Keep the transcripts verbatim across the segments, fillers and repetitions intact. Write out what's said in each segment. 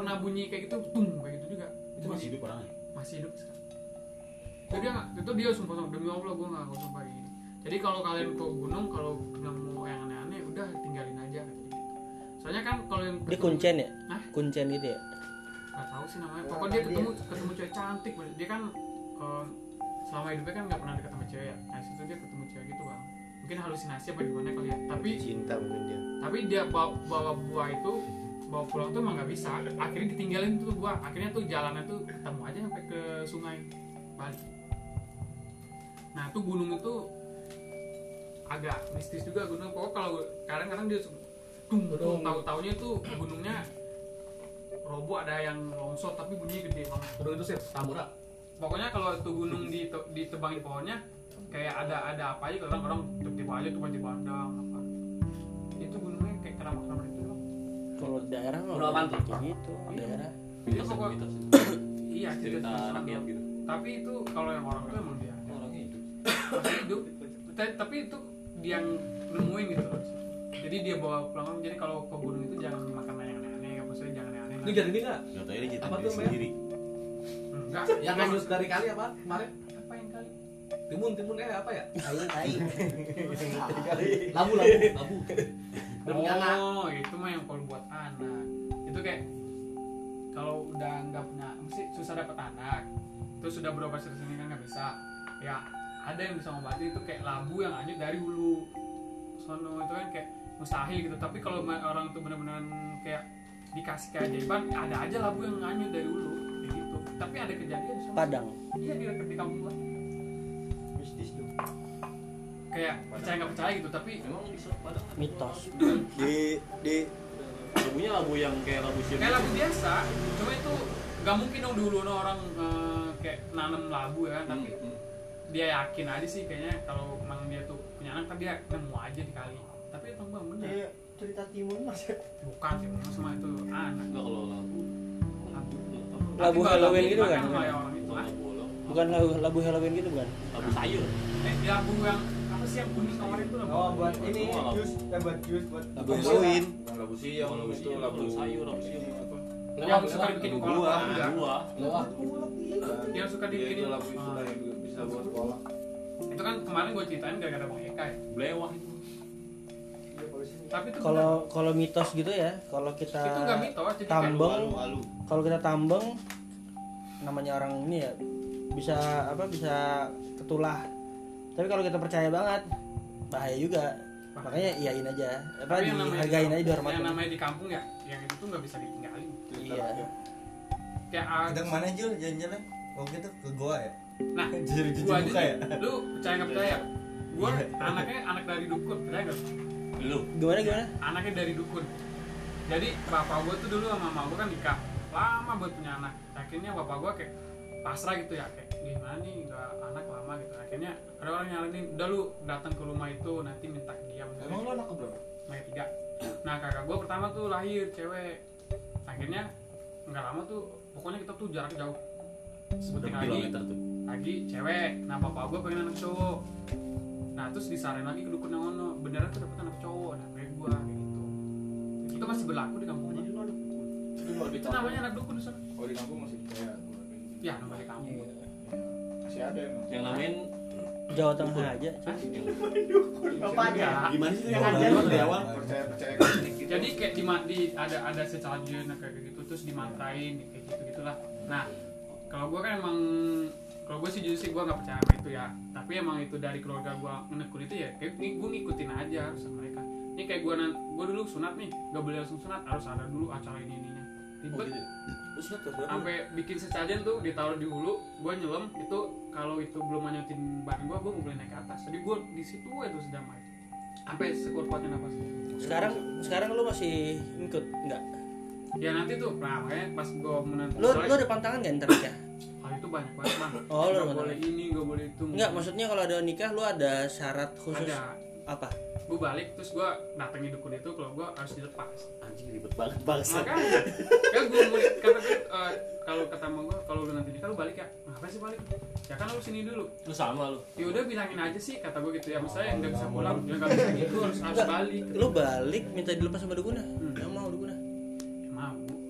pernah bunyi kayak gitu, tung kayak gitu juga. Itu masih hidup orangnya? Masih hidup sekarang. Jadi dia nggak, itu dia sumpah sumpah demi Allah gue nggak sumpah ini. Jadi kalau kalian ke gunung kalau nemu yang aneh-aneh udah tinggalin aja gitu. Soalnya kan kalau yang Dia kuncen ya? Hah? Kuncen gitu ya? Gak tahu sih namanya. Pokoknya dia ketemu ketemu cewek cantik. Dia kan uh, selama hidupnya kan nggak pernah deket sama cewek ya. Nah situ dia ketemu cewek gitu bang. Mungkin halusinasi apa gimana kali ya. Tapi cinta mungkin dia. Tapi dia bawa, bawa buah itu bawa pulang tuh emang nggak bisa. Akhirnya ditinggalin tuh buah. Akhirnya tuh jalannya tuh ketemu aja sampai ke sungai balik. Nah tuh gunung itu agak mistis juga gunung. Pokoknya kalau kadang-kadang dia tung tung tahu-taunya tuh gunungnya roboh, ada yang longsor tapi bunyinya gede banget. Gunung itu sih Tambora. Pokoknya kalau tuh gunung dite- ditebangin pohonnya kayak ada ada apa aja, kadang-kadang tiba-tiba aja tuh banjir bandang apa. Itu gunungnya kayak keramat-keramat itu loh. Kalau daerah mah Udah apaan tuh? kayak gitu, daerah. Itu pokok iya Cerita rakyat gitu. Tapi itu kalau yang orang tuh emang dia Orangnya hidup. masih hidup. T- Tapi itu dia yang nemuin gitu loh. Jadi dia bawa pulang. Jadi kalau ke gunung itu jangan makan yang aneh-aneh, apa sih jangan aneh-aneh. Itu jadi ini enggak? Enggak tahu ini cerita Apa diri tuh, Mbak? sendiri. Enggak. Yang hanyut dari kali apa kemarin? Apa yang kali? Timun, timun eh apa ya? Aing aing. Labu, labu, labu. Oh, itu mah yang kalau buat anak. Itu kayak kalau udah nggak punya, mesti susah dapat anak. Terus sudah berobat sini kan nggak bisa. Ya ada yang bisa ngobati itu kayak labu yang hanyut dari hulu sono itu kan kayak mustahil gitu. Tapi kalau orang itu benar-benar kayak dikasih keajaiban, ada aja labu yang hanyut dari hulu kayak gitu. Tapi ada kejadian sono. Padang. Iya di dekat di kampung gua. Mistis tuh. Kayak percaya nggak percaya gitu, tapi Emang bisa padang. Mitos. Di di Labunya labu yang kayak labu siam. kayak labu biasa. Cuma itu nggak mungkin dong dulu no orang eh, kayak nanam labu ya, tapi Hmm. dia yakin aja sih kayaknya kalau emang dia tuh punya anak kan dia nemu aja di kali. Tapi itu bang bener. kayak cerita timun mas. Bukan sih, sama itu anak. Enggak kalau labu. Labu. Labu Tapi Halloween labu gitu dimakan kan? sama ya orang itu. Kalau Ah, labu bolong. Bukan labu, labu Halloween gitu bukan? Labu sayur. Eh, labu yang apa sih yang kuning kemarin itu labu? Oh buat ini Oh, labu. jus, eh buat jus buat Labu Halloween. bukan labu siang, Kalau labu itu siam, labu labu sayur, labu siam. Yang suka bikin labu kolak buah. enggak? Dua. Lewah. Yang suka Dia dibikin itu labu itu lah yang bisa buat kolak. itu kan kemarin gue ceritain gara-gara Bang Eka ya. Blewah itu. Tapi itu Kalau kalau mitos gitu ya, kalau kita bener. Itu enggak mitos, jadi kayak tambeng, Alu. kalau kita tambeng namanya orang ini ya bisa apa bisa ketulah. Tapi kalau kita percaya banget bahaya juga. Makanya iyain aja. Apa Tapi yang namanya dihargain di- aja dihormatin. yang namanya di kampung ya, yang itu tuh nggak bisa ditinggalin. Iya. Kayak ah, Kita kemana Jul jalan-jalan? Oh kita ke goa ya? nah, Jadi cuci gua aja muka ya? nih, lu percaya nggak percaya? Gua anaknya anak dari dukun, percaya nggak? Lu. Gimana gimana? Anaknya dari dukun. Jadi bapak gua tuh dulu sama mama gua kan nikah, lama buat punya anak. Akhirnya bapak gua kayak pasrah gitu ya, kayak gimana nih nggak anak lama gitu. Akhirnya ada orang nyaranin, udah lu datang ke rumah itu nanti minta diam. Emang lu anak keberapa? Anak ketiga. Nah kakak gua pertama tuh lahir cewek. Akhirnya nggak lama tuh, pokoknya kita tuh jarak jauh. Sebutin Berapa lagi, kilometer tuh? lagi cewek. Nah bapak gua pengen anak cowok. Nah terus disarankan lagi ke dukun yang ono, beneran tuh dapet anak cowok. Nah kayak gua kayak gitu. Itu masih berlaku di kampung. Jadi lu anak dukun. Itu kalau di Itu kampung. namanya anak dukun di sana. Oh di kampung masih percaya. Ya nama di kampung. Masih ada emang. Yang namain Jawa Tengah aja. Hah? Bapaknya. Gimana sih Yang yang ada ada dari awal percaya percaya gitu. Jadi kayak di, di ada ada sesajen kayak gitu terus dimantrain kayak gitu gitulah. Nah kalau gue kan emang kalau gue sih jujur sih gue nggak percaya sama itu ya. Tapi emang itu dari keluarga gue menekun itu ya. Kayak gue ngikutin aja harus sama mereka. Ini kayak gue gue dulu sunat nih, nggak boleh langsung sunat, harus ada dulu acara ini ininya. Ribet. Terus lu terus Sampai bikin sesajen tuh ditaruh di hulu, gue nyelam itu kalau itu belum nyutin badan gue, gue nggak boleh naik ke atas. Jadi gue di situ aja terus damai. Sampai sekuat-kuatnya nafas. Sekarang sekarang lu masih ngikut enggak? Ya nanti tuh, nah makanya pas gue menentukan Lu lu ada pantangan enggak ntar nikah? hal itu banyak banget bang. Oh, lu Nggak ada boleh ini, nggak boleh itu. Enggak, maksudnya kalau ada nikah lu ada syarat khusus Ada. apa? Gue balik terus gue datengin dukun itu kalau gue harus dilepas. Anjing ribet banget bangsa. Makanya kan gue mau kata gue eh, kalau kata sama gue kalau lu nanti nikah lu balik ya. Ngapain sih balik? Ya kan lu sini dulu. lu sama lu. Ya udah bilangin aja sih kata gue gitu ya. Misalnya yang nggak bisa pulang, yang nggak bisa gitu harus harus Enggak. balik. Lu balik minta dilepas sama dukunnya. Hmm. Yang mau dukunnya. Ya, mau. Itu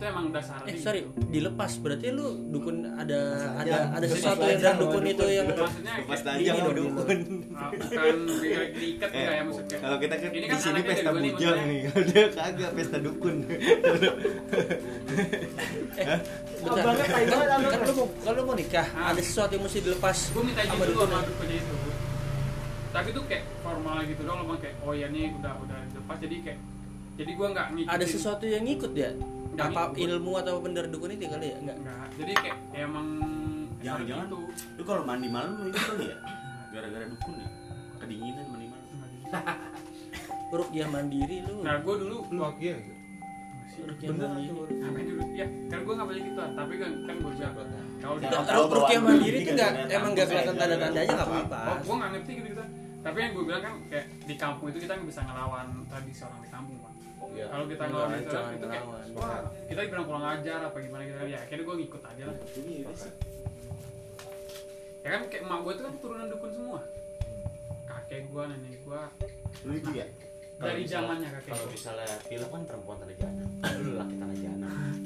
itu emang dasar. Eh sorry, dilepas berarti lu dukun ada ada aja. ada Lepas sesuatu aja yang dari sama dukun itu yang maksudnya Lepas kayak aja ini sama dong, dukun. ah, bukan di- diikat Eh, enggak ya maksudnya. Kalau kita kan Ini di kan sini anaknya pesta dari gua nih, bujang maksudnya. nih. Dia kagak pesta dukun. bentar. Abangnya tai banget, Kan, abang. kan lu mau kan lu mau nikah, Ah. ada sesuatu yang mesti dilepas. Gue minta izin sama dulu dukun. sama dukunnya itu, tapi tuh kayak formal gitu dong, lo kayak oh ya nih udah udah lepas, jadi kayak jadi gue nggak ngikutin. Ada sesuatu yang ngikut ya? Nggak Apa ngikut. ilmu atau bener dukun itu kali ya? Enggak. Enggak, jadi kayak emang Jangan-jangan gitu. lu kalau mandi malam lu itu kali ya? Gara-gara dukun ya? Kedinginan mandi malam. Ruqyah mandiri lu. Nah gue dulu waktu Iya gitu. Ruqyah mandiri. apa dulu ya kan gue nggak boleh gitu tapi kan kan gue bilang kalau di Ya, Ru- tahu Ruqyah bahwa mandiri ini itu enggak gara-gara emang enggak tampil kelihatan aja. tanda-tandanya enggak apa-apa. oh gue nggak ngerti gitu gitu tapi yang gue bilang kan kayak di kampung itu kita nggak bisa ngelawan tradisi orang di kampung kan. Iya. Kalau kita Enggak, ngelawan itu jangan itu kayak ngelawan. wah kita dibilang kurang ajar apa gimana gitu ya akhirnya gue ngikut aja lah. Ya kan kayak emak gue itu kan turunan dukun semua, kakek gue nenek gue Lu itu ya? dari Kalau misalnya- zamannya kakek Kalau gue. misalnya film kan perempuan tanah jana, lu laki tanah jana.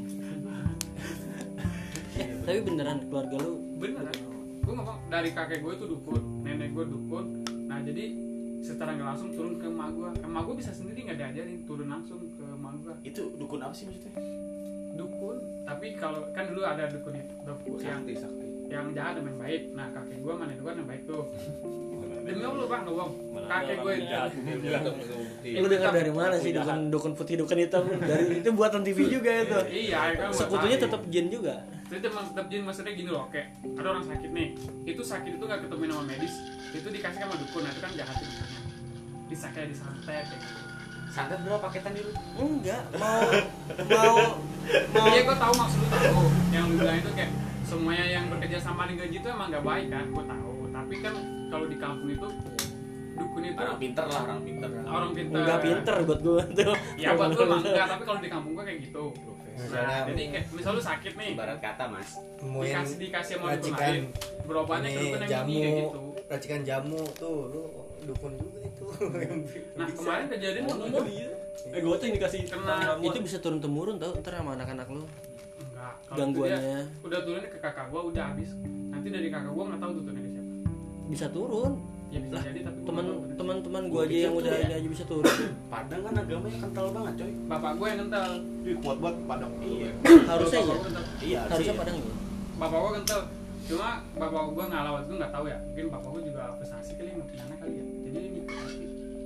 Eh, tapi beneran keluarga lu Beneran, gue ngomong dari kakek gue itu dukun, nenek gue dukun. Nah jadi secara nggak langsung turun ke emak gue. Emak gue bisa sendiri nggak diajarin, turun langsung ke emak gue. Itu dukun apa sih maksudnya? Dukun, tapi kalau kan dulu ada dukun itu, dukun yang Sakti sakti. yang jahat dan yang baik. Nah kakek gue mana dukun yang baik tuh. Demi Allah bang, dong. Mana Kakek ada gue orang itu. jahat. lu dengar dari mana sih dukun dukun putih dukun hitam dari itu buatan T V juga itu. Iya, kan buat Sekutunya tahu. tetap jin juga. Jadi emang tetap jin maksudnya gini loh, kayak ada orang sakit nih, itu sakit itu nggak ketemu sama medis, itu dikasih sama dukun, nah itu kan jahat tuh dukunnya. Bisa kayak disantet kayak gitu. Santet berapa paketan di lu? Enggak, mau mau mau Iya gue tahu maksud lu tahu, yang lu bilang itu kayak semuanya yang bekerja sama dengan gitu emang nggak baik kan, gue tahu. Tapi kan kalau di kampung itu dukun itu Orang pinter lah, orang pinter. orang pintar. enggak pinter buat gua tuh. Ya buat gue emang enggak, tapi kalau di kampung gue kayak gitu. Nah, Misalnya jadi kayak misal lu sakit nih, Ibarat kata mas, temuin dikasih dikasih sama dukun racikan lain, berobatnya ke ini dukun yang jamu, ini kayak gitu. racikan jamu tuh lu dukun juga itu. Nah kemarin kejadian ngomong Eh gua tuh yang dikasih kena Itu bisa turun temurun tau ntar sama anak-anak lu. enggak kalau itu dia Gangguannya udah turunnya ke kakak gua udah habis, nanti dari kakak gua nggak tahu tuh turunnya ke siapa. bisa turun. Ya bisa Lah, jadi tapi gua Teman nggak tahu turunnya. teman-teman gua Gua aja pikir yang tuh udah ya. ini aja bisa turun. Padang kan agamanya kental banget coy. Bapak gua yang kental. Ih, kuat banget padang. Iya. Harusnya Bapak ya. gua kental. Iya Harusnya sih. padang ya. Bapak gua kental. Cuma bapak gua nggak lawat itu nggak tahu ya. Mungkin bapak gua juga prestasi kali nggak punya anak kali ya. Jadi ini pasti.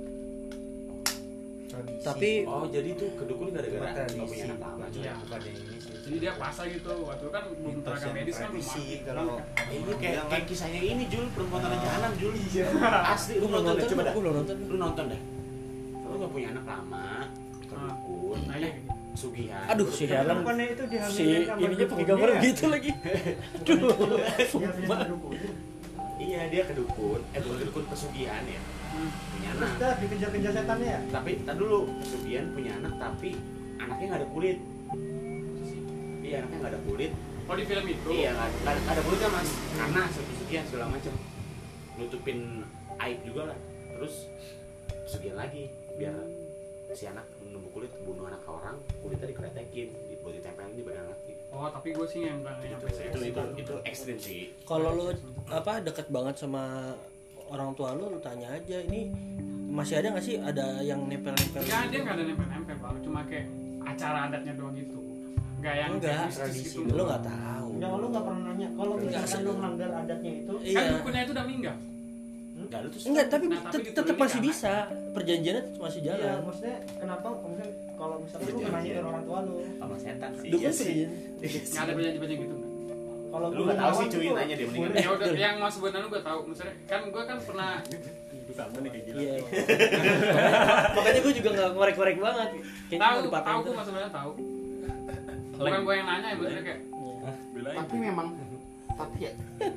Tradisi. Tapi Oh jadi tuh kedukun gara-gara Tradisi. nggak punya anak lama coy. Iya. bukan yang ini sih. Jadi dia puasa gitu. Waktu itu kan belum Mitos tenaga yang medis kan belum tradisi, ada. kalau Ini kayak, Yang kayak kisahnya ini Jul, perempuan tanah jahanam Jul. Asli Gua lu belum nonton deh, nonton, coba dah. gua belum nonton. Lu nonton dah. Lu nggak punya anak lama, kedukun, Nah iya. gitu. sugihan. Aduh terus si kita- Helen Bukannya itu si dihamilin sama ininya pakai dukunnya gambar ya? gitu lagi. Aduh. Dihamilin sama dukun. Iya dia kedukun, eh bukan kedukun pesugihan ya. Hmm. Punya Terus anak. dah dikejar-kejar setannya ya? Tapi tar dulu, pesugihan punya anak tapi anaknya nggak ada kulit. Iya anaknya nggak ada kulit. Oh di film itu. Iya nggak nggak ada, nggak ada kulitnya mas. Karena hasil pesugihan segala macam. Nutupin aib juga lah. Terus pesugihan lagi biar si anak menumbuh kulit bunuh anak orang, kulitnya dikeretekin, dibuat ditempelin di badan anaknya. Oh tapi gue sih yang nggak Itu nyampe itu itu, itu ekstrim sih. Kalau lu apa deket banget sama orang tua lu, lu tanya aja ini masih ada nggak sih ada yang nempel-nempel? Enggak, dia nggak ada nempel-nempel bang, cuma kayak acara adatnya doang gitu. Enggak yang Enggak, kayak mistis tradisi. gitu. Lu nggak tahu. Yang lu nggak pernah nanya kalau Enggak, misalkan sih. lu melanggar adatnya itu Kan Iya. dukunnya itu udah meninggal. Enggak lu tuh Enggak, tapi Nah, tapi tet- tetap diturunin masih ke bisa. Perjanjiannya tetap masih Iya, jalan. maksudnya kenapa mungkin kalau misalkan Iya, lu iya, nanya iya. ke orang tua lu sama setan sih. Dukun Iya sih. perjanjian. Nggak ada perjanjian-perjanjian gitu. kalau Lu nggak tahu sih cuy, itu nanya deh mendingan. Ya udah, yang mas sebutan lu gue tahu. Misalnya kan gue kan pernah Itu sama nih kayak gila. Iya. Makanya gue juga nggak korek-korek banget. Kayaknya tahu, mau dipatahin tahu gue terus. mas sebenarnya tahu. Bukan gue yang nanya, ya maksudnya kayak Belain. Tapi memang tapi ya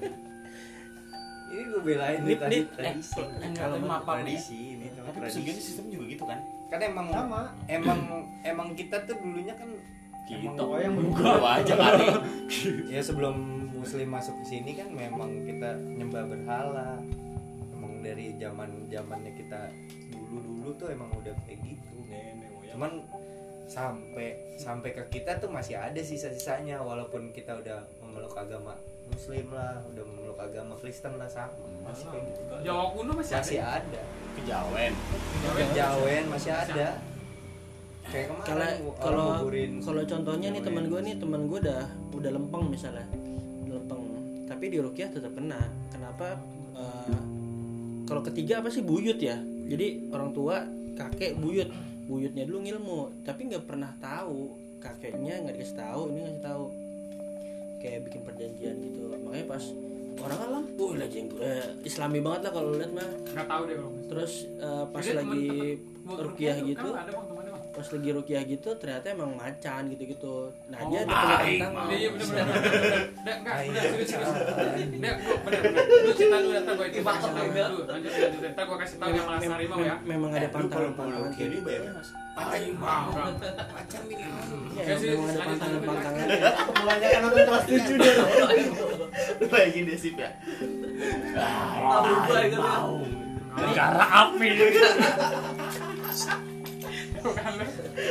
ini gue belain Ini- nih tadi ini- tradisi. eh, Kalau tapi mau apa, tradisi ini tuh tapi tradisi. pesugihan sistem juga gitu kan. Kan emang Sama. emang emang kita tuh dulunya kan emang Gitu. Oh, yang Gua aja kali. ya sebelum muslim masuk ke sini kan memang kita nyembah berhala. Emang dari zaman zamannya kita dulu dulu tuh emang udah kayak gitu. Nenek moyang. Cuman sampai sampai ke kita tuh masih ada sisa-sisanya walaupun kita udah memeluk agama Muslim lah, udah memeluk agama Kristen lah sama masih kayak gitu. Jawa kuno masih, Masih ada. ada. Kejawen. Kejawen masih ada. Kayak Kalau kemarin kalau orang nguburin kalau contohnya nih teman gue nih teman gue udah udah lempeng misalnya lempeng tapi di ruqyah tetap kena. Kenapa? Eh, kalau ketiga apa sih buyut ya, jadi orang tua kakek buyut buyutnya dulu ngilmu tapi nggak pernah tahu, kakeknya nggak dikasih tahu, ini ngasih tahu, kayak bikin perjanjian gitu. Makanya pas orang kan lampu lah jenggot eh, Islami banget lah kalau lihat mah. Nggak tahu deh kalau. Terus eh, pas Jadi lagi temen-temen ruqyah tuh gitu kan ada bang temannya bang. pas lagi ruqyah gitu ternyata emang macan gitu-gitu. Nah Oh, dia ada punya baik, tentang mau. Iya bener bener. Nggak nggak Ay, bener serius serius. jangan. Nggak gua bener bener. Lu cerita dulu ntar gua cerita dulu. Lanjut lanjut. Ntar gua kasih tahu yang malas Mem- harimau mem- ya. memang ada Eh, lu kalau pantangan-pantangan mau kayak ini bayarnya mas. Ayo bang. macam ini. Iya, Ya, serius, memang ada lanjut, pantangan-pantangan. Kebanyakan nonton kelas tujuh deh. Lu bayangin deh sip ya. Ah, mau. Negara api. Bukan lu.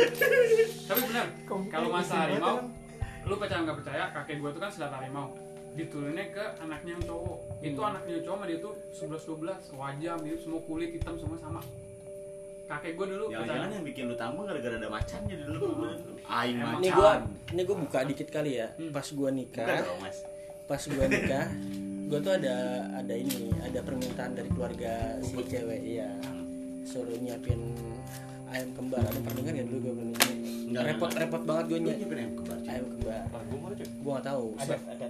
Tapi benar. Kalau masa harimau, lu percaya nggak percaya? Kakek gua tuh kan silat harimau. Dituruninnya ke anaknya yang cowok. Itu anaknya yang cowok mah dia tuh sebelas dua belas, wajah mirip, semua kulit hitam semua sama. Kakek gua dulu Jangan-jangan percaya. yang bikin lu tambah gara-gara ada macannya di dulu. Aing Emang. Ini macan. gua ini gua buka dikit kali ya. Hmm. Pas gua Bukan nikah, dong mas. pas gua nikah, gua tuh ada ada ini, ada permintaan dari keluarga si cewek, iya. Suruh nyiapin ayam kembar. Ada pernah kan ya dulu gua beli ini. Enggak, Repot enggak. repot banget gua Lu ny- nyimpen ayam kembar. ayam kembar. Gue mau cek. Gua nggak tahu. Ada ada.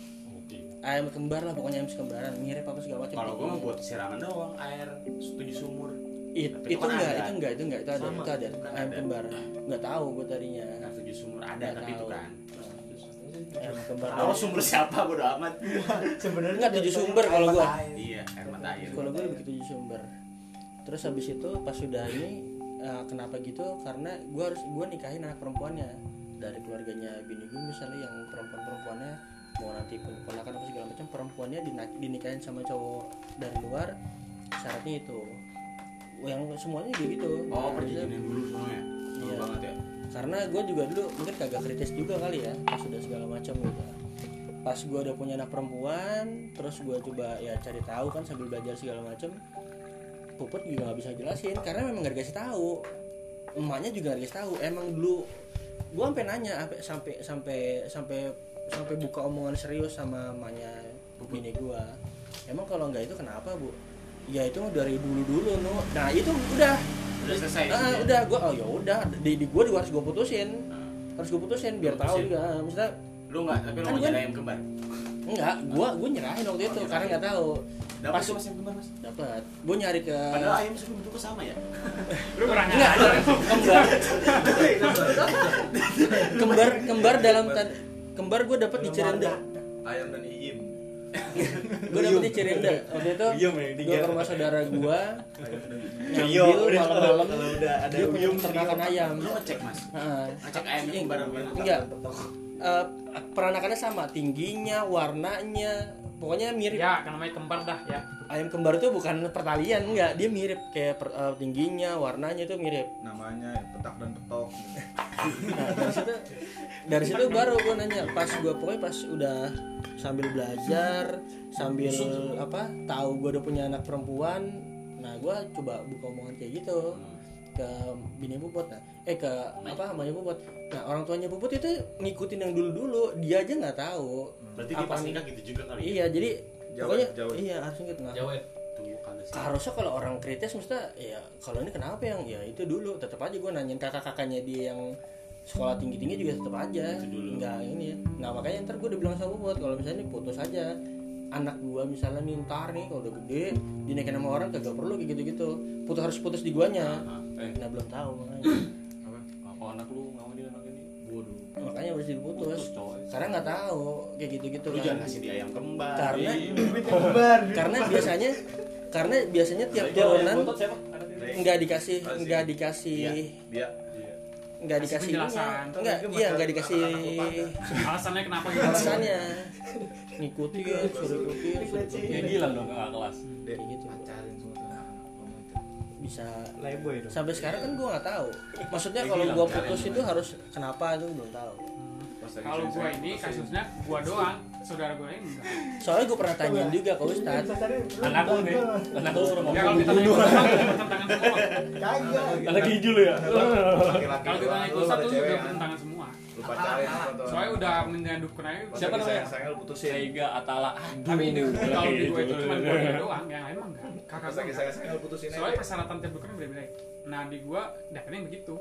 Ayam kembar lah pokoknya ayam kembaran, mirip apa segala macam. Kalau gua mau buat sirangan doang air tujuh sumur. It, Tapi itu kan enggak, ada. itu enggak, itu enggak, itu ada, Sama. itu ada. Bukan Ayam ada. kembar. Enggak tahu gua tadinya. Air tujuh sumur ada Nggak tapi itu tahu. kan. Ayam kembar. Kalau sumber siapa bodo amat. Sebenarnya Enggak tujuh sumber kalau gua. Iya, air mata air. Kalau gue lebih ke tujuh sumber. Terus habis itu pas sudah ini eh, kenapa gitu? Karena gue harus gue nikahin anak perempuannya dari keluarganya bini gue misalnya yang perempuan perempuannya mau nanti ponakan apa segala macam perempuannya dina- dinikahin sama cowok dari luar syaratnya itu yang semuanya juga gitu. Oh, perjanjian dulu semua ya. Dulu Iya. banget ya. Karena gue juga dulu mungkin kagak kritis juga kali ya pas sudah segala macam gitu. Pas gue udah punya anak perempuan terus gue coba ya cari tahu kan sambil belajar segala macam puput juga nggak bisa jelasin karena memang nggak dikasih tahu, emaknya juga nggak dikasih tahu. Emang dulu gue sampai nanya sampai sampai sampai sampai sampai buka omongan serius sama emaknya bini gue, emang kalau nggak itu kenapa bu? Ya itu dari dulu dulu no. Nah itu udah Udah selesai. ah, isinya. udah gue oh ya udah di, di gue juga harus gue putusin Nah, harus gue putusin biar Lu tahu putusin. juga maksudnya Lu enggak, tapi lu Kan mau gua- jadi ayam kembar. enggak gue gue nyerahin waktu itu nyerahin. karena nggak tahu Dapat Pas- tuh mas ayam kembar mas. dapat gue nyari ke Padahal ayam semua bentuknya sama ya. Lu pernah enggak kembar kembar kembar dalam tan- kembar gue dapat di Cirende Ayam dan iyim. gue dapat di Cirende waktu itu Uyum ya, gue tiga. ke rumah saudara gue Iyo, ngambil udah malam-malam kalau udah ada dia punya uyum peternakan ayam. Lu ngecek mas. Heeh. Ngecek ayam kembar apa? Enggak. Eh, peranakannya sama, tingginya, warnanya, pokoknya mirip. Ya, kan namanya kembar dah ya. Ayam kembar itu bukan pertalian, enggak, dia mirip kayak per- eh, tingginya, warnanya itu mirip. Namanya petak dan petok. Nah, dari situ dari situ baru gue nanya, pas gue pokoknya pas udah sambil belajar, sambil apa, tahu gue udah punya anak perempuan, nah gue coba buka omongan kayak gitu ke bini Puput, nah, eh ke apa namanya Puput. Nah orang tuanya Puput itu ngikutin yang dulu-dulu, dia aja nggak tahu. Berarti dia Apa pas nih? nikah gitu juga kali. ya? Iya, jadi Jawet, pokoknya jawet. iya harus gitu. Nah, Jawet. Tunggu kali sih. harusnya kalau orang kritis mesti ya kalau ini kenapa yang ya itu dulu tetap aja gue nanyain kakak-kakaknya dia yang sekolah tinggi-tinggi juga tetap aja Itu dulu. nggak ini. Nah makanya ntar gue udah bilang sama Puput kalau misalnya ini putus aja anak gue misalnya nih ntar nih kalau udah gede dinaikin sama orang kagak perlu kayak gitu-gitu, putus harus putus di guanya. Eh, Nah belum tahu makanya apa? Kalau anak lu nggak mau dia anak ini. Waduh. makanya harus diputus Putus coy. karena nggak tahu kayak gitu-gitu Lu kan. jangan kasih dia ayam kembar. Karena Kembar. karena biasanya karena biasanya tiap turunan nggak dikasih nggak dikasih Dia nggak Kasih dikasih penjelasan. ini enggak iya nggak dikasih Alasannya kenapa gitu? alasannya ngikutin suruh ikutin suruh Ya ikutin gila dong kakak kelas. kayak gitu pacarin semua tuh anak-anak kamu itu. bisa Playboy dong. sampai sekarang kan gue nggak tahu. Maksudnya Ya, kalau gila, gue kalian putus gimana? itu harus kenapa itu belum tahu. Pas lagi Kalau gua sayang-sayang ini putusin. kasusnya gua doang, saudara gua ini enggak. Soalnya gue pernah tanyain juga ke Ustadz. anak lu nih anak lu orang Ya kalau ditanya ikut Ustaz udah bertentangan semua. Kagak. anak hijau lu ya Laki-laki Kalau ditanya ikut Ustaz tuh udah bertentangan semua. Lu pacarin foto. Soalnya udah menyadupkan aja. Siapa namanya? Sayang lu putusin. Saiga Atala Tapi ini kalau di gua itu Aduh. cuma gua dia doang, yang lain mah enggak. Kakak Pas gua lagi enggak. sayang lu putusin aja. Soalnya persyaratan tiap bukan beda-beda. Nah di gua dapetnya yang begitu.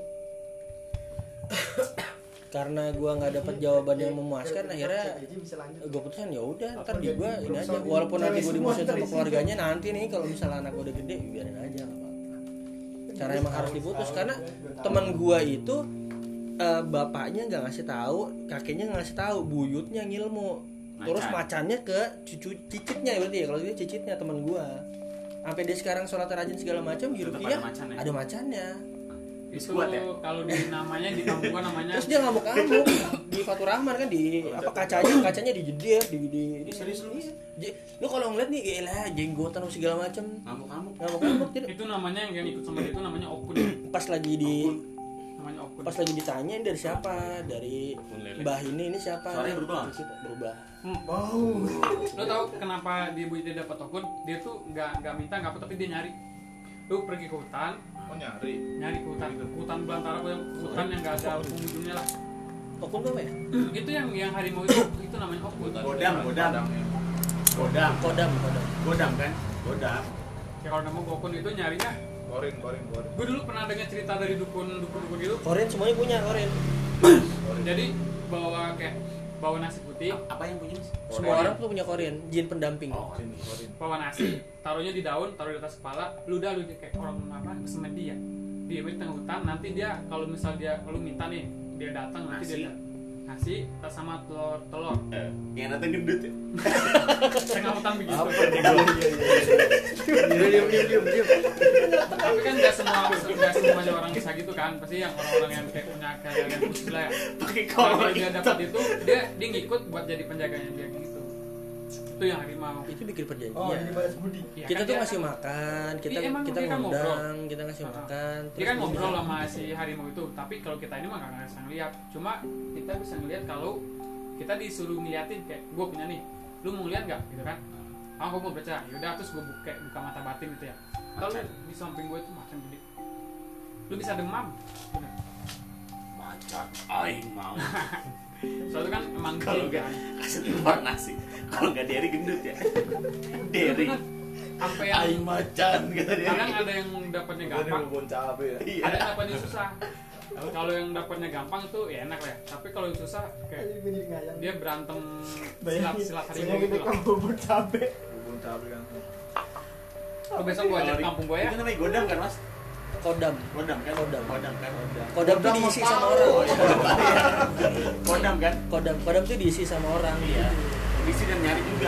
Karena gue nggak dapat jawaban yang memuaskan, akhirnya gue putusin ya udah ntar di gue ini aja. Walaupun nanti gue dimusuhin sama keluarganya, nanti nih kalau misalnya anak gue udah gede, biarin aja nggak apa-apa. Cara emang harus diputus karena teman gue itu eh, bapaknya nggak ngasih tahu, kakeknya nggak ngasih tahu, buyutnya ngilmu, terus Macan. macannya ke cucu cicitnya berarti ya, kalau dia cicitnya teman gue. Sampai dia sekarang sholat rajin segala macam di Tetap Rukiah ada macan ya? ada macannya. Itu Kuat ya? kalau di namanya di kampung gua namanya Terus dia ngamuk-ngamuk di Fatur Rahman kan di apa kacanya kacanya dijedir di di, di Serius lu? iya. J- lu kalau ngeliat nih gila jenggotan segala macam Ngamuk-ngamuk. ngamuk-ngamuk jadi itu namanya yang, yang ikut sama dia itu namanya Okun. pas lagi di Namanya Okun. pas lagi ditanya ini dari siapa dari Okun lele. mbah ini ini siapa Suaranya berubah nggak? Gitu, berubah Lo tau kenapa di ibu dia dapat Okun? Dia tuh nggak nggak minta nggak apa tapi dia nyari. Lu pergi ke hutan, Oh nyari. nyari ke hutan, hutan belantara, hutan yang nggak ada pengunjungnya lah. Okun apa ya Itu yang yang harimau itu itu namanya Okun. Godam, godam. Godam. kodam kodam Godam kan? Godam. Ya kalau nama Okun itu nyarinya. Korin, korin, korin. Gue dulu pernah dengar cerita dari dukun dukun dukun gitu. koren semuanya punya koren Jadi bawa kayak bawa nasi putih, Apa yang punya? Mas? semua orang tuh punya koren jin pendamping Oh, ini. bawa nasi, taruhnya di daun, taruh di atas kepala, lu udah lu kayak orang apa semedi ya. Dia di tengah hutan, nanti dia kalau misal dia kalau minta nih, dia datang nanti Nasi. dia nasi tas sama telur telur Eh, yang datang gendut ya? tengah hutan begitu. Diam, diam, diam, diam, diam. Tapi kan nggak semua nggak semuanya orang bisa gitu kan, pasti yang orang-orang yang kayak punya kayak yang khusus lah ya. Pakai Kalau kolor dia hitam. dapat itu, dia dia ngikut buat jadi penjaganya dia gitu. Itu yang harimau. itu bikin Oh, perjanjian ini balas budi. Ya, kita kan tuh dia- ngasih makan kita Iya, emang kita dia kan ngundang kita ngasih Ah. makan Dia kan ngobrol bisa- sama si harimau itu, tapi kalau kita ini mah gak bisa ngeliat. Cuma kita bisa ngeliat kalau kita disuruh ngeliatin kayak gue punya nih, lu mau ngeliat nggak gitu kan? Ah, gue mau baca. Yaudah terus gue buka buka mata batin gitu ya. Kalau Macan. di samping gue itu macan gede, lu bisa demam. Bener. Macan. Aing mau. Soalnya kan emang Kalau jin nggak kan. kasih telur nasi. Kalau nggak Derry gendut ya. Derry. Bener. Sampai yang Aing macan kata dia. kadang ada yang dapatnya Ini gampang, bubun cabe ya. Iya. ada yang dapatnya susah. Kalau yang dapatnya gampang tuh ya enak lah ya. Tapi kalau yang susah kayak dia berantem silat silat harimau gitu lah. bubun cabe. Bubun cabe kan. Lu besok gua ajak Kalau di- kampung gua ya. Itu namanya godam kan mas? kodam Godam kan? Godam. Godam kan? kodam tuh diisi sama orang Godam kan? kodam kodam tuh diisi sama orang Iya. Isi dan nyari juga.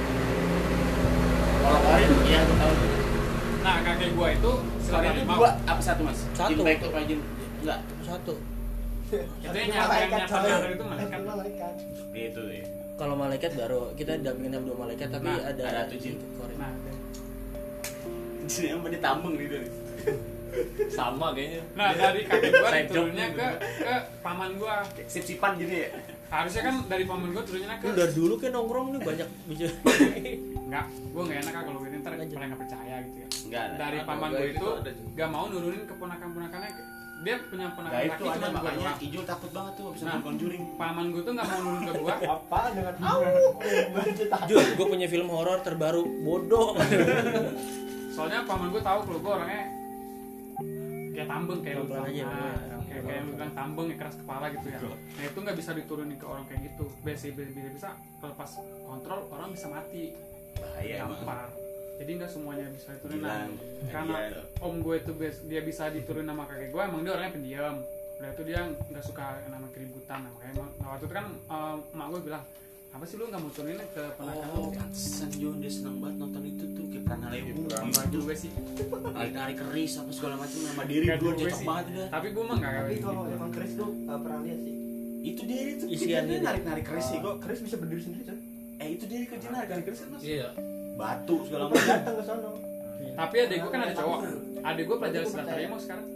Kalau korin ya aku tahu. Nah kakek gua itu silat Korin itu harimau. dua apa satu mas? Satu. Jin baik apa jin? Enggak. satu Itu yang nyata yang nyata nyata itu malaikat. Itu ya. kalau malaikat baru kita dampingin sama dua malaikat tapi Nah, ada ada tuh jin. koren Nah, Jin yang mana tambeng nih dari. sama kayaknya nah dari kakek gua Side job turunnya gitu. ke ke paman gua. Sip-sipan jadi ya. Harusnya kan dari paman gua turunnya ke lu dari dulu kan nongkrong nih banyak bisa enggak, gua enggak enak kalau gini ntar pada nggak percaya gitu ya. Enggak. Dari Ada, paman kayak gua gitu itu ada juga. nggak mau nurunin ke ponakan-ponakannya. Dia punya ponakan Nah laki itu cuma ada gua makanya doang. Ijul takut banget tuh abis Nah. nonton Conjuring. Paman gua tuh nggak mau nurun ke gua. Apa dengan au? Jul gue punya film horor terbaru bodoh Soalnya paman gua tahu kalau gua orangnya kayak tambeng kayak lu Pelan-pelan aja, bilang. pelan-pelan. Nah, kayak kayak lu bilang tambeng ya keras kepala gitu ya. Nah itu nggak bisa diturunin ke orang kayak gitu. Bisa bisa bisa kalau pas kontrol orang bisa mati. Bahaya emang. Gampar. Jadi nggak semuanya bisa diturunin. Nah, Bilang. karena Iya, loh. om gue itu bes- dia bisa diturunin sama kakek gue, emang dia orangnya pendiam. Udah itu dia nggak suka nama keributan. Nah, makanya emang- nah, waktu itu kan um, emak gue bilang, apa sih lu nggak mau turunin ke ponakan lu? Oh, pantesan Jon dia seneng banget nonton itu tuh kayak pernah lewu. Enggak juga sih. Narik-narik keris apa segala macam sama diri Nggak gue juga cocok sih. banget udah. Tapi gue mah nggak kayak Tapi gitu. kalau emang keris tuh nggak pernah lihat sih. Itu diri tuh Isian dia gitu. narik-narik keris sih kok. Kok keris bisa berdiri sendiri kan? Eh itu diri kerja narik keris kan mas? iya Batu segala Kalau macam. datang ke sono. Tapi adik gue kan ada cowok. Adik gue pelajar silat harimau sekarang.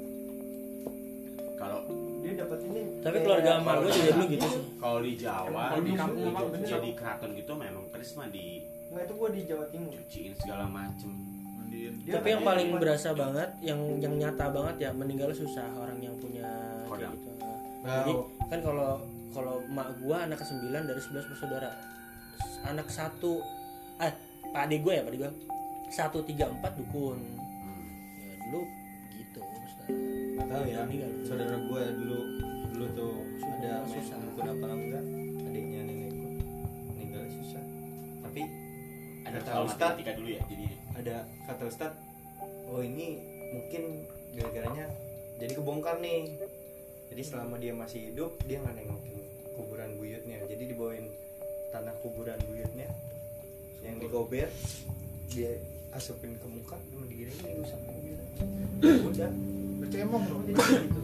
Kalau Dia dapat ini. Tapi keluarga emak gue juga dulu gitu sih. kalau di Jawa Kalau di kampung di emang Jogja, bener. di keraton gitu memang keris mah Enggak, itu gua di Jawa Timur. dicuciin segala macem. Dia Tapi yang katanya paling cuma- berasa banget, yang yang nyata banget ya meninggal susah orang yang punya kayak Kodam. gitu. Jadi kan kalau kalau emak gua anak kesembilan dari sebelas bersaudara, anak satu, eh pak adik gua ya pak adik gua satu tiga empat dukun. Ya dulu gitu. Ustaz. Nggak tahu ya, Meninggal. saudara gue dulu dulu tuh ada main Susah. dukun apa enggak, adiknya nenek gue meninggal susah. Tapi Ada Kata soal Ustadz. matematika dulu ya jadinya. ada kata Ustadz, oh ini mungkin gara-garanya jadi kebongkar nih. Jadi selama dia masih hidup dia nggak nengokin kuburan buyutnya, jadi dibawain tanah kuburan buyutnya yang digober, dia asupin ke muka, cuma digini ini rusak gitu. Udah bercemong loh. jadi gitu.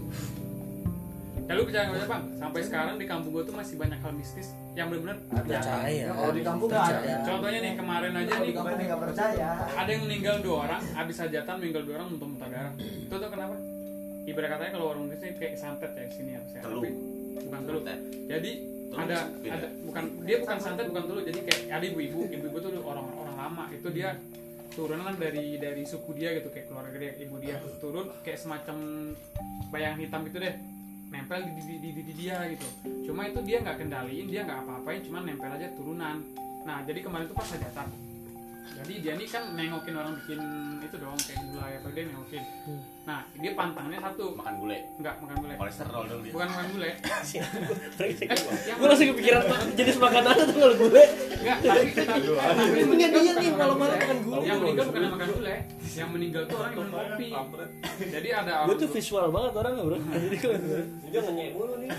Ya lu percaya nggak bang? Sampai sekarang di kampung gue tuh masih banyak hal mistis yang benar-benar Percaya. Ya, kalau di kampung nggak ada. Contohnya nih kemarin aja Kalau nih di kampung nggak percaya. ada yang meninggal dua orang, habis hajatan meninggal dua orang muntah-muntah darah. Itu tuh kenapa? Ibarat katanya kalau orang Indonesia kayak santet ya di sini ya, saya. Telu. Tapi bukan telu. Jadi Telu ada beda. ada bukan dia bukan santet bukan telu. Jadi kayak ada ibu-ibu, ibu-ibu tuh orang-orang lama itu dia turunan dari dari suku dia gitu kayak keluarga dia, ibu dia turun kayak semacam bayangan hitam gitu deh nempel di di, di, di, di dia gitu. Cuma itu dia nggak kendaliin, dia nggak apa-apain, cuma nempel aja turunan. Nah jadi kemarin tuh pas hajatan. Jadi dia ini kan nengokin orang bikin itu dong kayak gulai apa dia nengokin. Nah dia pantangnya satu, Makan gulai, nggak makan gulai. kolesterol dong dia. Bukan makan gulai. Eh, yang Gue langsung kepikiran jenis makanan tuh kalau gue. Enggak, tapi tapi tapi yang meninggal dia bukan nih, makan malam-malam gulai. makan gulai. Yang meninggal bukan yang makan gulai. Yang meninggal tuh orang yang minum kopi. Jadi ada Gue orang tuh visual banget orangnya bro. Jadi kalau Dia ngenyek mulu nih.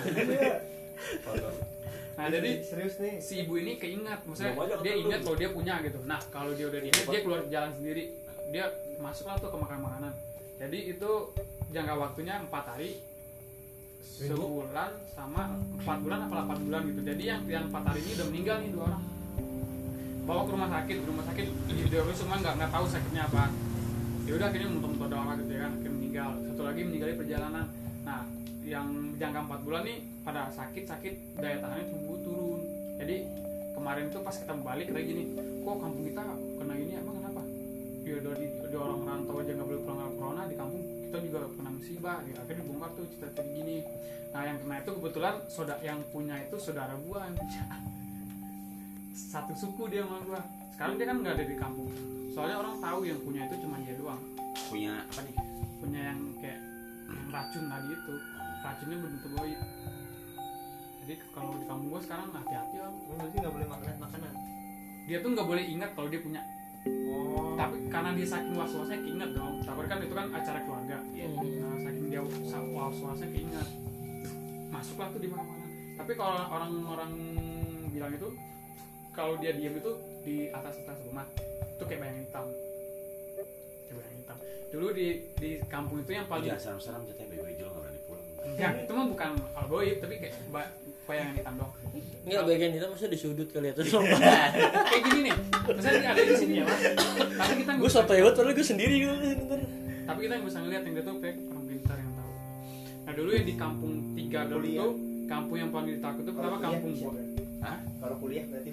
Nah, jadi serius nih. si ibu ini keingat, maksudnya dia ingat kalau dia punya gitu. Nah, kalau dia udah diingat, dia keluar jalan sendiri. Dia masuklah tuh ke makan makanan. Jadi itu jangka waktunya empat hari, sebulan sama empat bulan apa delapan bulan gitu. Jadi yang yang empat hari ini udah meninggal nih dua orang. Bawa ke rumah sakit, di rumah sakit dia semua nggak nggak tahu sakitnya apa. Ya udah akhirnya muntah-muntah darah gitu ya kan, akhirnya meninggal. Satu lagi meninggal di perjalanan. Nah, yang jangka empat bulan nih pada sakit-sakit daya tahannya tubuh turun. Jadi kemarin tuh pas kita balik kayak gini, kok kampung kita kena ini emang kenapa? Ya udah di, di orang rantau aja nggak boleh pulang karena corona, di kampung kita juga kena musibah. Ya, akhirnya dibongkar tuh cerita gini. Nah yang kena itu kebetulan saudara yang punya itu saudara gua yang punya satu suku dia sama gua. Sekarang dia kan nggak ada di kampung. Soalnya orang tahu yang punya itu cuma dia doang. Punya apa nih? Punya yang kayak yang racun tadi itu. Racunnya berbentuk goib. Jadi kalau di kampung gua sekarang hati-hati om. Berarti nggak boleh makan makanan. Dia tuh nggak boleh ingat kalau dia punya. Oh. Tapi karena dia saking was-wasnya keinget dong. Tapi kan itu kan acara keluarga. Nah, saking dia was-wasnya keinget. Masuklah tuh di makanan. Tapi kalau orang-orang bilang itu kalau dia diam itu di atas atas rumah itu kayak bayangan hitam. Kayak bayangan hitam. Dulu di di kampung itu yang paling Jangan serem-serem jatuhnya bebe juga nggak berani pulang. ya itu mah bukan hal goib tapi kayak ba- bayangan hitam dong. Enggak bagian kita maksudnya di sudut kali ya terus Kayak gini nih. Misalnya ada di sini ya, Mas. Tapi kita nggak gue bisa- soto ya padahal gue sendiri gitu. tapi kita nggak bisa ngeliat yang dia tuh kayak orang pintar yang tahu. Nah dulu yang di kampung tiga dulu Kuliah. tuh kampung yang paling ditakut tuh pertama kampung gua. Hah? Kalau kuliah berarti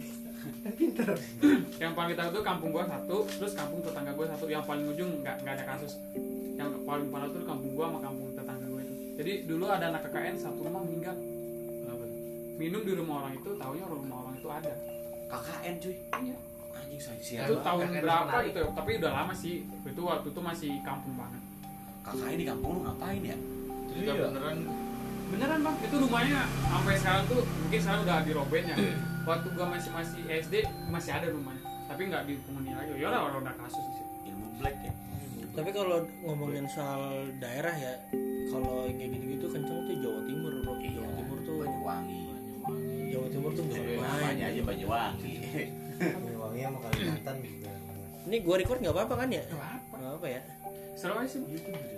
Yang paling ditakut tuh kampung gua satu, terus kampung tetangga gua satu. Yang paling ujung nggak nggak ada kasus. Yang paling parah tuh kampung gua sama kampung tetangga gua itu. Jadi dulu ada anak K K N satu rumah meninggal. Kenapa? Minum di rumah orang itu, taunya rumah orang itu ada. K K N cuy. Iya. Anjing saya sih. Itu tahun K K N berapa menarik. gitu, tapi udah lama sih. Itu waktu itu masih kampung banget. K K N di kampung lu ngapain ya? juga beneran. Beneran bang, itu rumahnya sampai sekarang tuh mungkin sekarang udah dirobek ya. Waktu gua masih masih S D masih ada rumahnya, tapi nggak dihuni lagi. Ya udah orang udah kasus sih. Ilmu black ya. Tapi kalau ngomongin soal daerah ya, kalau yang kayak gitu-gitu kenceng tuh Jawa Timur, bro. Jawa Timur tuh Banyuwangi. Jawa Timur tuh nggak main. Namanya aja Banyuwangi. Banyuwangi sama Kalimantan juga. Ini gua record nggak apa-apa kan ya? Nggak apa. Nggak apa ya? Seru aja sih.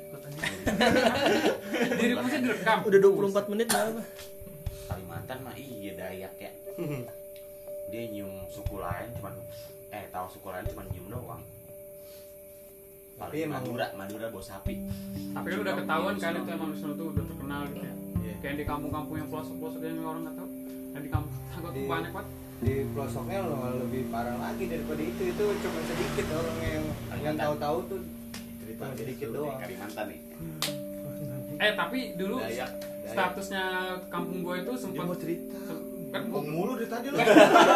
Diri maksudnya direkam. Udah dua puluh empat menit nggak apa? Kalimantan mah iya Dayak ya. Dia nyium suku lain cuman eh tahu suku lain cuman nyium doang. Tapi emang Madura, Madura bau sapi. Tapi kan udah ketahuan kan itu emang di sana tuh udah terkenal gitu ya. Iya. Kayak di kampung-kampung yang pelosok-pelosok yang orang nggak tahu. Dan di kampung tetangga tuh Di- banyak banget. di pelosoknya lo lebih parah lagi daripada itu. Itu cuma sedikit orang yang yang tahu-tahu tuh Cerita Cuma sedikit gitu, doang. kayak Kalimantan nih. Eh tapi dulu Dayak. statusnya kampung gue itu Dia sempat mau cerita. kan Ngomong mulu dari tadi lo.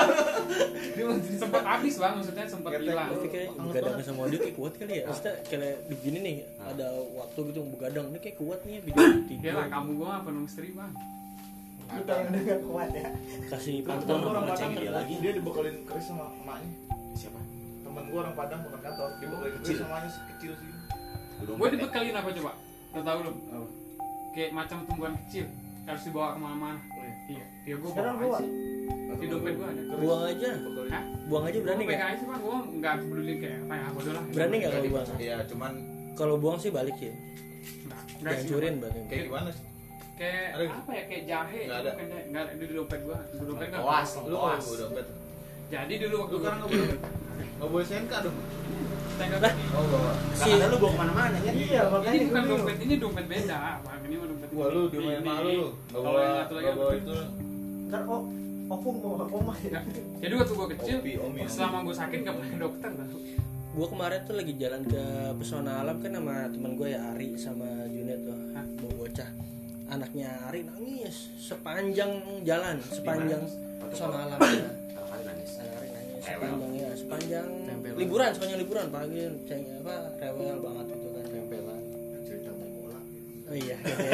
sempat habis bang, maksudnya sempat Ketek hilang. Tapi kayak begadang sama dia kayak kuat kali ya. Maksudnya kayak begini nih, ada waktu gitu begadang, ini kayak kuat nih video Dia tidur. lah kampung gue mah penuh misteri bang. Lu kayak udah gak kuat ya. Kasih Temen pantun gua orang sama Padang cengil dia lagi. Dia dibekalin keris sama emaknya. Siapa? Temen gua orang Padang bukan kantor, dibekalin keris Kecil. sama emaknya kecil sih. Gue dibekalin apa coba? Lo tau lu? Kayak macam tumbuhan kecil harus dibawa kemana-mana. Iya, iya gue Sekarang bawa gua aja. Di dompet gue ada. Buang aja, Hah? buang aja berani Gue nggak? pegang aja sih bang, gue nggak peduli kayak apa ya, bodoh lah. Berani nggak kalau buang? Iya, cuman Kalau buang sih balik sih, Nggak, nggak sih. hancurin berarti. kayak gimana sih? Kayak Ada nggak? apa ya, kayak jahe. Nggak ada. Bukan jahe. Nggak ada di dompet gue. Di dompet kan. Koas, Lu koas. kalau udah dompet. Jadi dulu waktu Lu gue kan nggak boleh nggak boleh S N K dong. tengah Lah. Oh, bawa. Si Karena lu bawa kemana-mana kan? Iya, makanya ini bukan gua dompet, ini dompet beda. Bang, ini mah dompet. Wah, lu di ini. mana lu? Enggak Kalau bawa yang satu lagi nggak bawa apa? itu. Ntar oh opung mau oma ya. Nggak. Jadi waktu gue kecil, Opi, Omi, Omi. selama gue sakit gak pakai dokter tau. Gue kemarin tuh lagi jalan ke Pesona Alam kan sama teman gue ya Ari sama Junet tuh, Hah? bawa bocah. Anaknya Ari nangis sepanjang jalan, sepanjang Pesona Alam ya. Kalau kali nangis. Ari nangis Rewel. sepanjang ya, sepanjang Tempelan. liburan, sepanjang liburan pagi, ceng apa rewel banget gitu kan. Tempelan. Cerita main bola. Oh iya, gitu ya.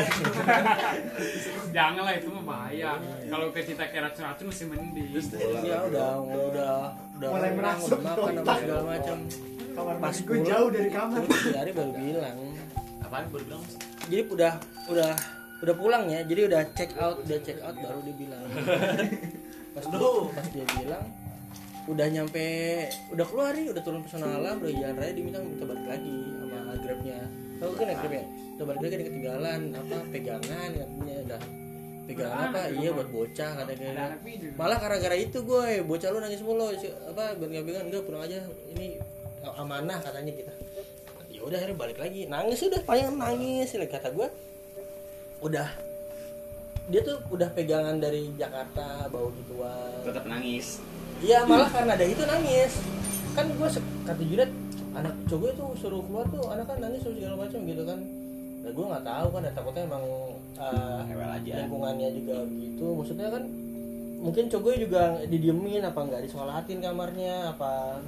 Jangan lah, itu mah bahaya. Kalau ke kita kayak racun-racun masih mending. Ya udah, udah, udah Mulai orang, merasuk udah makan apa segala macam. Kamar Pas mandi gue pulang, jauh dari kamar. Terus si Ari baru bilang, Apaan baru bilang? jadi udah, udah, udah pulang ya, jadi udah check out, udah check out baru dia bilang. Pas Lu. pas dia bilang, udah nyampe, udah keluar nih, udah turun Pesona Alam, udah jalan raya, dia bilang minta balik lagi sama grabnya. Tahu kan ya grabnya? Udah balik lagi ada ketinggalan, apa pegangan katanya udah pegangan apa? Iya buat bocah kata dia. Ada anak video. Malah gara-gara itu gue, bocah lu nangis mulu, si- apa biar nggak pegangan enggak pulang aja, ini amanah katanya kita. Ya udah akhirnya balik lagi, nangis udah, paling nangis, kata gue, udah dia tuh udah pegangan dari Jakarta bawa gituan. Tetap nangis. Iya malah karena ada itu nangis. Kan gue kata Junet, anak cowok itu suruh keluar tuh, anak kan nangis terus segala macam gitu kan. Nah gue nggak tahu kan, ya, takutnya emang uh, Rewel aja. lingkungannya juga gitu. Maksudnya kan mungkin cowoknya juga didiemin apa nggak disekolahin kamarnya apa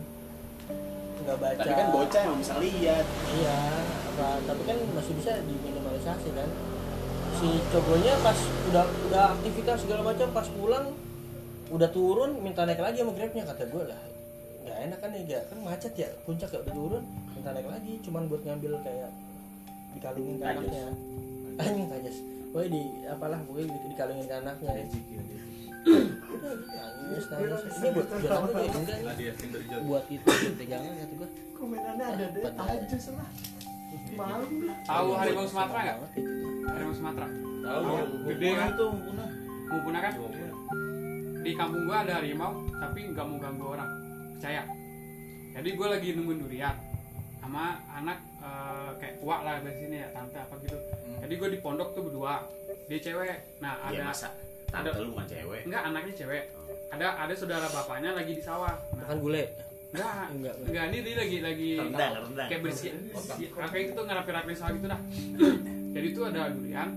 nggak baca. Tapi kan bocah emang bisa lihat. Iya, apa tapi kan masih bisa diminimalisasi kan. Si cowoknya pas udah udah aktivitas segala macam pas pulang udah turun minta naik lagi sama grabnya, kata gue lah nggak enak kan ya, kan macet ya puncak ya, udah turun minta naik lagi cuman buat ngambil kayak dikalungin ke Tajus. anaknya. Anjing tajas. Pokoknya di apalah pokoknya di, dikalungin ke anaknya ya. Udah nangis nangis. Ini buat buat apa gue enggak nih. Nadia Tinder Job. Buat itu buat pegangan kata gue. Komenannya ada deh, tajus lah. Malu lah. Tahu harimau Buat Sumatera sama nggak? banget itu. Harimau Sumatera. Tahu Oh, ya, gede kan? itu punah. Mau punah kan? Di kampung gua ada harimau, tapi nggak mau ganggu orang. Percaya. Jadi gua lagi nungguin durian sama anak eh, kayak tua lah dari sini ya, tante apa gitu. Jadi gua di pondok tuh berdua. Dia cewek. Nah, Iya ada masa. Tante ada- lu bukan cewek. enggak anaknya cewek. Ada ada saudara bapaknya lagi di sawah. Nah, Makan gule. enggak, Enggak, enggak, ini dia lagi lagi Rendang, rendang. kayak bersih, kayak gitu ngerapi-rapi sawah gitu dah. Jadi tuh ada durian,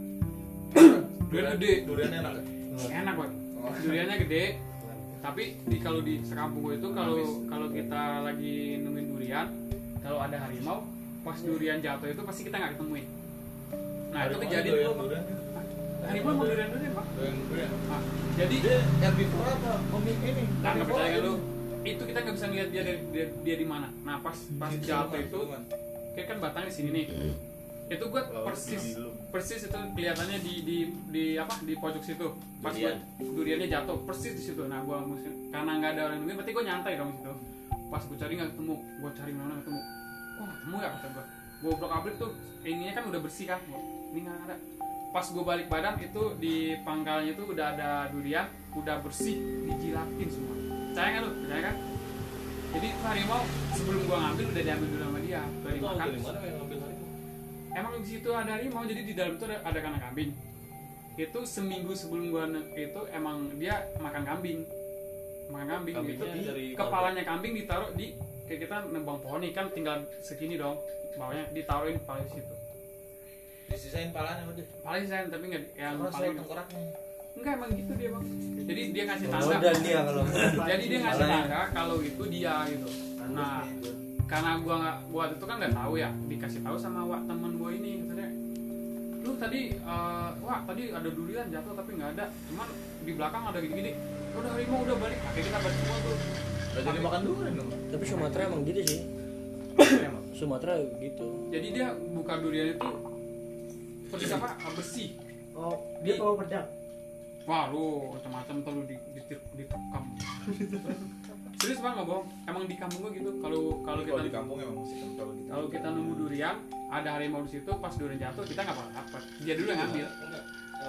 durian gede, Duriannya enak. enak banget. Duriannya gede, tapi di kalau di sekampung gue itu kalau kalau kita lagi nungguin durian, kalau ada harimau, pas durian jatuh itu pasti kita nggak ketemuin. Nah itu kejadian Durian, dulu. durian. Harimau mau durian durian pak. Durian, durian. Nah, jadi Dia herbivora apa? Omik ini. nah nggak Herbivora percaya ini. lu, itu kita nggak bisa ngeliat dia dari dia, dia di mana. Nah pas pas Gitu, jatuh Mas, itu, teman. kayak kan batang di sini nih. Itu gue Laut persis di dulu. persis itu kelihatannya di di di apa di pojok situ. Pas Durian. gua, duriannya jatuh persis di situ. Nah gua mesti karena nggak ada orang nungguin, berarti gue nyantai dong di situ. Pas gue cari nggak ketemu, gue cari mana nggak ketemu. Wah ketemu ya kata gue. Gue obrol abrik tuh, ininya kan udah bersih kan. Gua, ini nggak ada. Pas gue balik badan itu di pangkalnya itu udah ada durian, udah bersih, dijilatin semua. Percaya nggak lu? Percaya kan? jadi itu harimau sebelum gua ngambil udah diambil dulu sama dia udah Itu dimakan. dari mana yang ngambil harimau? Emang di situ ada harimau, jadi di dalam itu ada, ada kandang kambing. Itu seminggu sebelum gua ne- itu emang dia makan kambing, makan kambing. Itu Kambingnya di dari kepalanya kambing ditaruh di kayak kita nembang pohon nih kan tinggal segini dong, bawahnya ditaruhin kepala di situ. Disisain palanya udah. Paling sayang tapi nggak yang Terus paling tengkoraknya. enggak emang gitu dia bang. Jadi dia ngasih tanda. modal dia kalau Jadi dia ngasih Palanya. tanda kalau itu dia gitu. Nah, karena gua nggak buat itu kan nggak tahu ya, dikasih tahu sama wak teman gua ini katanya, lu tadi uh, wak tadi ada durian jatuh tapi nggak ada, cuman di belakang ada gini-gini. Udah harimau udah balik, akhirnya kita balik semua tuh. Udah jadi makan durian dong. Tapi Sumatera emang gitu sih. Emang. Sumatera gitu. Jadi dia buka durian itu seperti apa besi. Oh, dia bawa pedang. Wah lu macam-macam tuh lu di, di, ditekam. Serius bang nggak bohong. Emang di kampung gua gitu. Kalau kalau kita Kalau di kampung emang masih kental gitu. kalau kita nunggu durian, ada harimau di situ, pas durian jatuh kita nggak bakal dapat. Dia dulu yang ngambil. Enggak.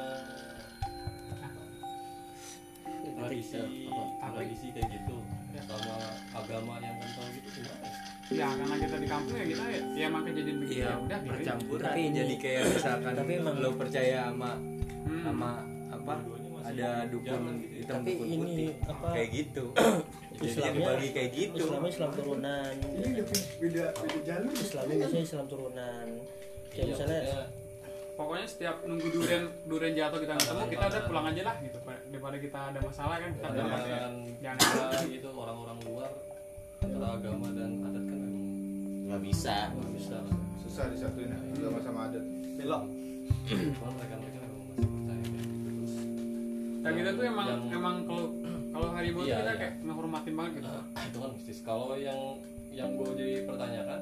Eh, tradisi Tapi- tradisi kayak gitu sama agama yang kental gitu gimana? Ya karena kita di kampung ya kita ya, ya emang kejadian begitu iya ya udah biarin. percampuran Tapi ini- jadi kayak misalkan tapi emang- lo percaya sama Hmm. sama apa Dua-duanya masih ada dukun jalan gitu ya. hitam Tapi dukun ini putih apa kayak gitu jadi Islamnya- dibagi kayak gitu Islamnya Islam turunan. Ini lebih beda beda jalur. Islamnya biasanya Islam turunan. Kayak Iya, misalnya maksudnya Pokoknya setiap nunggu durian durian jatuh kita nggak ketemu, kita udah pulang aja lah gitu. Daripada kita ada masalah kan kita pulang aja. pandangan Jangan. kita gitu orang-orang luar antara agama dan adat kan memang nggak bisa. nggak bisa. Susah disatuin ya. Agama sama adat. Belok. Cuman mereka mereka memang masih percaya kayak gitu terus. Dan kita tuh emang yang- emang kalau kalau harimau tuh Iya, kita iya. kayak ngehormatin banget gitu. Nah, itu kan mistis. Kalau yang yang gue jadi pertanyakan,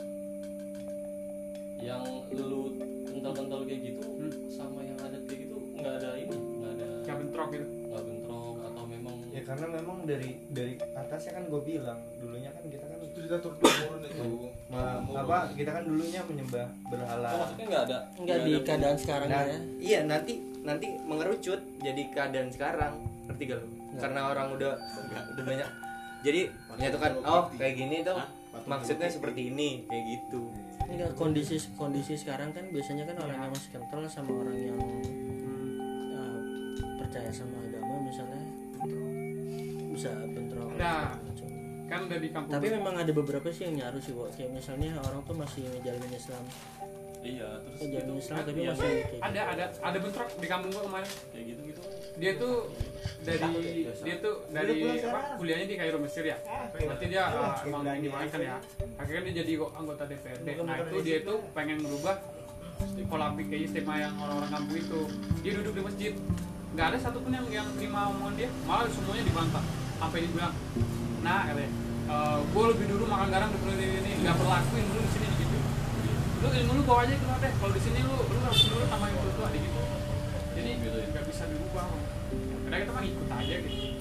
yang lu kental-kental kayak gitu Hmm. sama yang adat kayak gitu nggak ada ini, nggak ada Kayak bentrok gitu. nggak bentrok atau memang ya karena memang dari dari atasnya kan gue bilang dulunya kan kita kan Itu kita turun turun itu. ma- apa kita kan dulunya menyembah berhala oh, maksudnya nggak ada enggak di ada- keadaan sekarang nah ya. iya nanti nanti mengerucut jadi keadaan sekarang ngerti gak lo karena orang udah udah banyak jadi menyatukan oh kayak gini tuh maksudnya seperti ini kayak gitu Enggak, kondisi kondisi sekarang kan biasanya kan orang yang masih kental sama orang yang uh, percaya sama agama misalnya bisa bentrok. Nah. macam. Kan udah di kampung. Tapi memang ada beberapa sih yang nyaru sih, Wak. Kayak misalnya orang tuh masih ngejalanin Islam, iya terus ngejalanin gitu Islam tapi Iya, masih kayak ada ada ada bentrok di kampung gua kemarin. kayak gitu gitu Dia tuh dari dia tuh dari apa kuliahnya di Kairo Mesir ya. Berarti dia uh, emang ini banget kan ya. Akhirnya dia jadi anggota D P R D. Nah itu dia itu pengen merubah pola pikir istimewa yang orang-orang kampung itu. Dia duduk di masjid, nggak ada satupun yang yang terima omongan dia, malah semuanya dibantah. Sampai dia bilang, nah katanya, e, gue lebih dulu makan garam daripada ini ini nggak berlakuin dulu di sini gitu. Lu ilmu lu bawa aja keluar deh. Kalau di sini lu lu harus dulu sama yang tua tua gitu. Jadi nggak bisa dirubah. Karena kita mah ikut aja gitu.